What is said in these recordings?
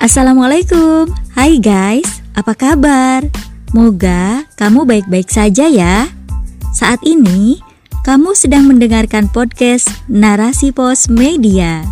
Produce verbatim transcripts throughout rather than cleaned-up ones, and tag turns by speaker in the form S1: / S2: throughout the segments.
S1: Assalamualaikum. Hai guys, apa kabar? Moga kamu baik-baik saja ya. Saat ini kamu sedang mendengarkan podcast Narasi Pos Media.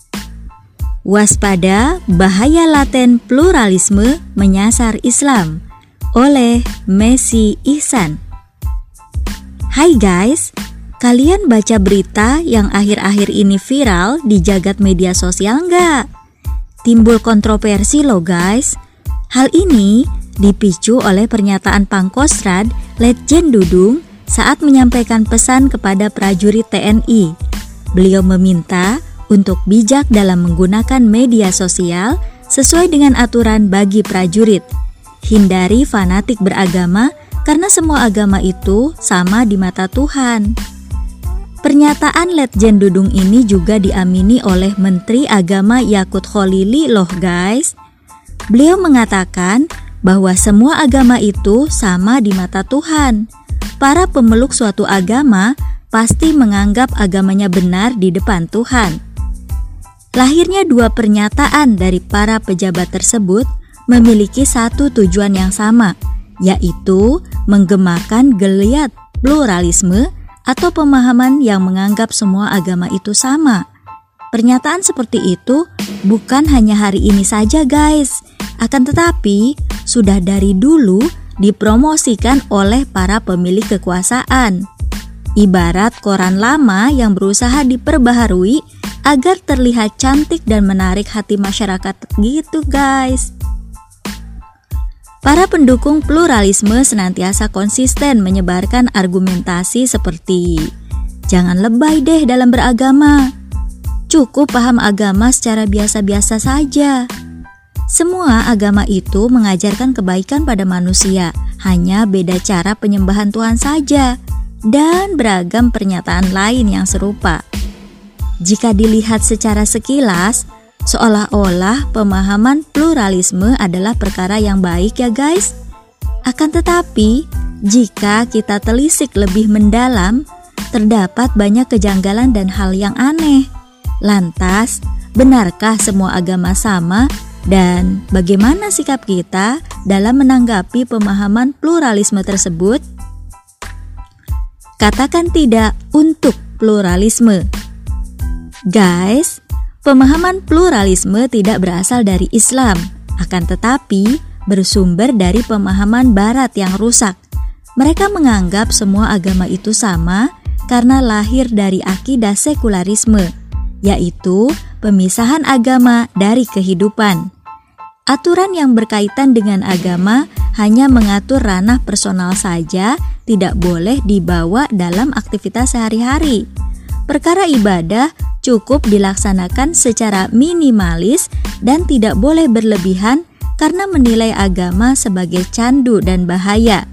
S1: Waspada bahaya laten pluralisme menyasar Islam oleh Messi Ihsan. Hai guys, kalian baca berita yang akhir-akhir ini viral di jagat media sosial nggak? Timbul kontroversi loh guys. Hal ini dipicu oleh pernyataan Pangkostrat Letjen Dudung saat menyampaikan pesan kepada prajurit T N I. Beliau meminta untuk bijak dalam menggunakan media sosial sesuai dengan aturan bagi prajurit. Hindari fanatik beragama karena semua agama itu sama di mata Tuhan. Pernyataan Letjen Dudung ini juga diamini oleh Menteri Agama Yakut Kholili loh guys. Beliau mengatakan bahwa semua agama itu sama di mata Tuhan. Para pemeluk suatu agama pasti menganggap agamanya benar di depan Tuhan. Lahirnya dua pernyataan dari para pejabat tersebut memiliki satu tujuan yang sama, yaitu menggemakan geliat pluralisme atau pemahaman yang menganggap semua agama itu sama. Pernyataan seperti itu bukan hanya hari ini saja guys, akan tetapi sudah dari dulu dipromosikan oleh para pemilik kekuasaan. Ibarat koran lama yang berusaha diperbaharui agar terlihat cantik dan menarik hati masyarakat gitu guys. Para pendukung pluralisme senantiasa konsisten menyebarkan argumentasi seperti jangan lebay deh dalam beragama, cukup paham agama secara biasa-biasa saja. Semua agama itu mengajarkan kebaikan pada manusia, hanya beda cara penyembahan Tuhan saja, dan beragam pernyataan lain yang serupa. Jika dilihat secara sekilas, seolah-olah pemahaman pluralisme adalah perkara yang baik ya guys. Akan tetapi, jika kita telisik lebih mendalam, terdapat banyak kejanggalan dan hal yang aneh. Lantas, benarkah semua agama sama? Dan bagaimana sikap kita dalam menanggapi pemahaman pluralisme tersebut? Katakan tidak untuk pluralisme. Guys, pemahaman pluralisme tidak berasal dari Islam, akan tetapi bersumber dari pemahaman Barat yang rusak. Mereka menganggap semua agama itu sama karena lahir dari akidah sekularisme, yaitu pemisahan agama dari kehidupan. Aturan yang berkaitan dengan agama hanya mengatur ranah personal saja, tidak boleh dibawa dalam aktivitas sehari-hari. Perkara ibadah cukup dilaksanakan secara minimalis dan tidak boleh berlebihan karena menilai agama sebagai candu dan bahaya.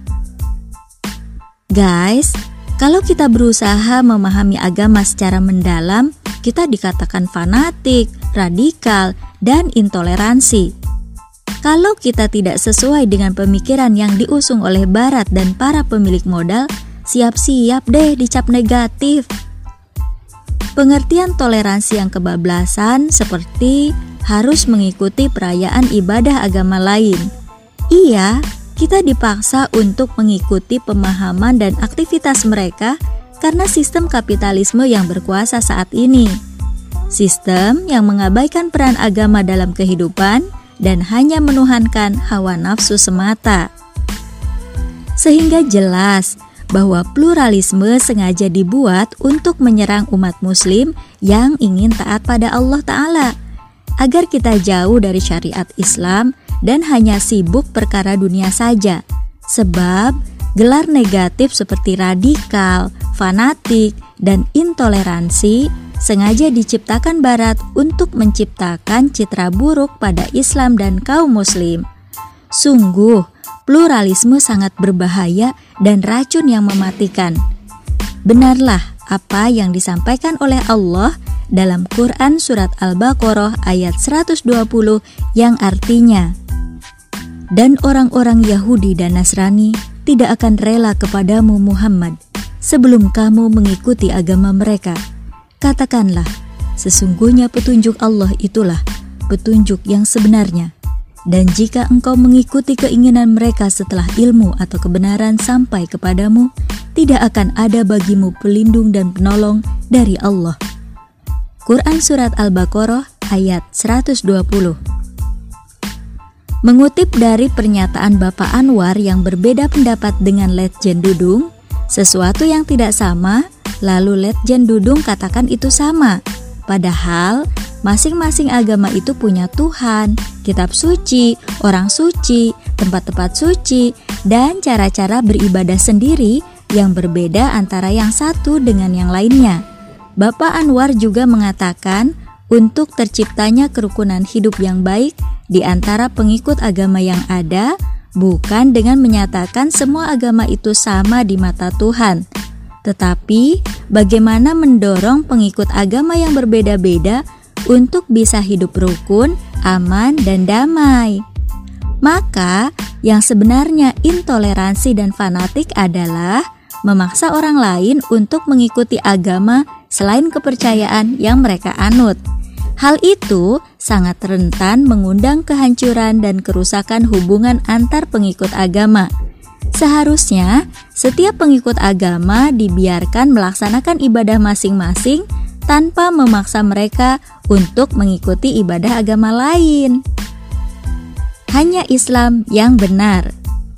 S1: Guys, kalau kita berusaha memahami agama secara mendalam, kita dikatakan fanatik, radikal, dan intoleransi. Kalau kita tidak sesuai dengan pemikiran yang diusung oleh Barat dan para pemilik modal, siap-siap deh dicap negatif. Pengertian toleransi yang kebablasan seperti harus mengikuti perayaan ibadah agama lain. Iya, kita dipaksa untuk mengikuti pemahaman dan aktivitas mereka karena sistem kapitalisme yang berkuasa saat ini. Sistem yang mengabaikan peran agama dalam kehidupan dan hanya menuhankan hawa nafsu semata. Sehingga jelas bahwa pluralisme sengaja dibuat untuk menyerang umat muslim yang ingin taat pada Allah Ta'ala, agar kita jauh dari syariat Islam dan hanya sibuk perkara dunia saja. Sebab gelar negatif seperti radikal, fanatik, dan intoleransi sengaja diciptakan Barat untuk menciptakan citra buruk pada Islam dan kaum muslim. Sungguh, pluralisme sangat berbahaya dan racun yang mematikan. Benarlah apa yang disampaikan oleh Allah dalam Quran Surat Al-Baqarah ayat seratus dua puluh yang artinya, dan orang-orang Yahudi dan Nasrani tidak akan rela kepadamu Muhammad sebelum kamu mengikuti agama mereka. Katakanlah, sesungguhnya petunjuk Allah itulah petunjuk yang sebenarnya. Dan jika engkau mengikuti keinginan mereka setelah ilmu atau kebenaran sampai kepadamu, tidak akan ada bagimu pelindung dan penolong dari Allah. Quran Surat Al-Baqarah ayat seratus dua puluh. Mengutip dari pernyataan Bapak Anwar yang berbeda pendapat dengan Letjen Dudung, sesuatu yang tidak sama, lalu Letjen Dudung katakan itu sama. Padahal masing-masing agama itu punya Tuhan, kitab suci, orang suci, tempat-tempat suci, dan cara-cara beribadah sendiri yang berbeda antara yang satu dengan yang lainnya. Bapak Anwar juga mengatakan untuk terciptanya kerukunan hidup yang baik di antara pengikut agama yang ada, bukan dengan menyatakan semua agama itu sama di mata Tuhan, tetapi bagaimana mendorong pengikut agama yang berbeda-beda untuk bisa hidup rukun, aman, dan damai. Maka, yang sebenarnya intoleransi dan fanatik adalah memaksa orang lain untuk mengikuti agama selain kepercayaan yang mereka anut. Hal itu sangat rentan mengundang kehancuran dan kerusakan hubungan antar pengikut agama. Seharusnya, setiap pengikut agama dibiarkan melaksanakan ibadah masing-masing tanpa memaksa mereka untuk mengikuti ibadah agama lain. Hanya Islam yang benar.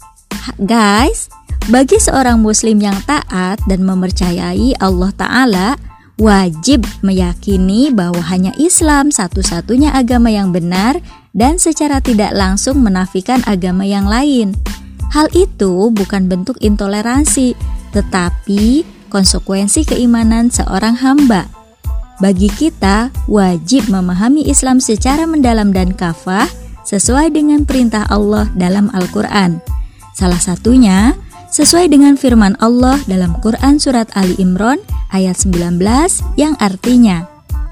S1: Guys, bagi seorang muslim yang taat dan mempercayai Allah Ta'ala, wajib meyakini bahwa hanya Islam satu-satunya agama yang benar dan secara tidak langsung menafikan agama yang lain. Hal itu bukan bentuk intoleransi, tetapi konsekuensi keimanan seorang hamba. Bagi kita, wajib memahami Islam secara mendalam dan kafah sesuai dengan perintah Allah dalam Al-Quran. Salah satunya, sesuai dengan firman Allah dalam Quran Surat Ali Imran ayat sembilan belas yang artinya,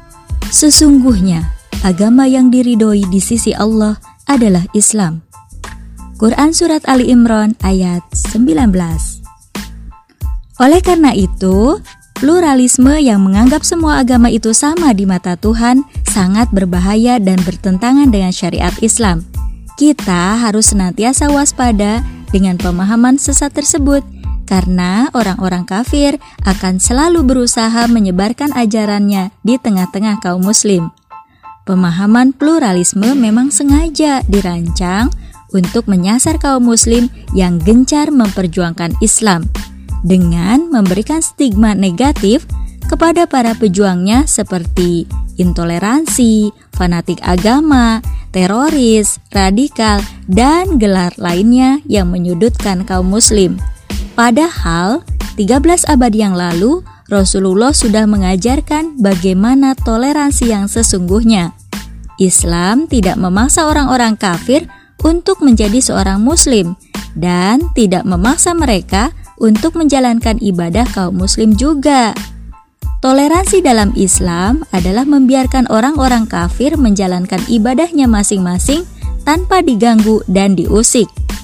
S1: sesungguhnya agama yang diridhoi di sisi Allah adalah Islam. Quran Surat Ali Imran ayat sembilan belas. Oleh karena itu, pluralisme yang menganggap semua agama itu sama di mata Tuhan sangat berbahaya dan bertentangan dengan syariat Islam. Kita harus senantiasa waspada dengan pemahaman sesat tersebut, karena orang-orang kafir akan selalu berusaha menyebarkan ajarannya di tengah-tengah kaum muslim. Pemahaman pluralisme memang sengaja dirancang untuk menyasar kaum muslim yang gencar memperjuangkan Islam, dengan memberikan stigma negatif kepada para pejuangnya seperti intoleransi, fanatik agama, teroris, radikal, dan gelar lainnya yang menyudutkan kaum muslim. Padahal, tiga belas abad yang lalu, Rasulullah sudah mengajarkan bagaimana toleransi yang sesungguhnya. Islam tidak memaksa orang-orang kafir untuk menjadi seorang muslim dan tidak memaksa mereka untuk menjalankan ibadah kaum muslim juga. Toleransi dalam Islam adalah membiarkan orang-orang kafir menjalankan ibadahnya masing-masing tanpa diganggu dan diusik.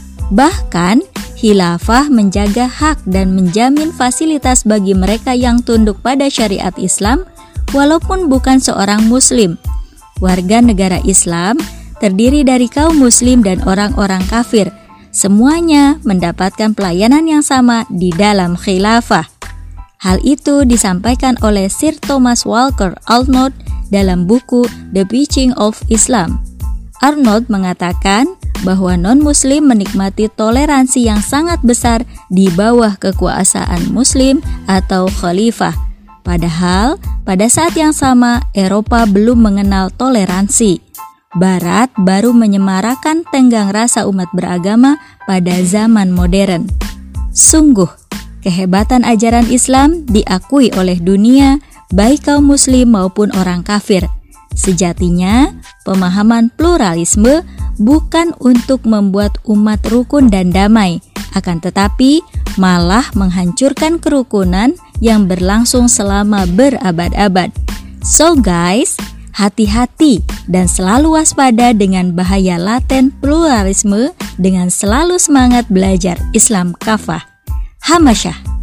S1: Bahkan, khilafah menjaga hak dan menjamin fasilitas bagi mereka yang tunduk pada syariat Islam walaupun bukan seorang muslim. Warga negara Islam terdiri dari kaum muslim dan orang-orang kafir. Semuanya mendapatkan pelayanan yang sama di dalam khilafah. Hal itu disampaikan oleh Sir Thomas Walker Arnold dalam buku The Preaching of Islam. Arnold mengatakan bahwa non-muslim menikmati toleransi yang sangat besar di bawah kekuasaan muslim atau khalifah. Padahal pada saat yang sama Eropa belum mengenal toleransi. Barat baru menyemarakan tenggang rasa umat beragama pada zaman modern. Sungguh, kehebatan ajaran Islam diakui oleh dunia, baik kaum muslim maupun orang kafir. Sejatinya, pemahaman pluralisme bukan untuk membuat umat rukun dan damai, akan tetapi malah menghancurkan kerukunan yang berlangsung selama berabad-abad. So guys, hati-hati dan selalu waspada dengan bahaya laten pluralisme dengan selalu semangat belajar Islam kafah. Hamasyah.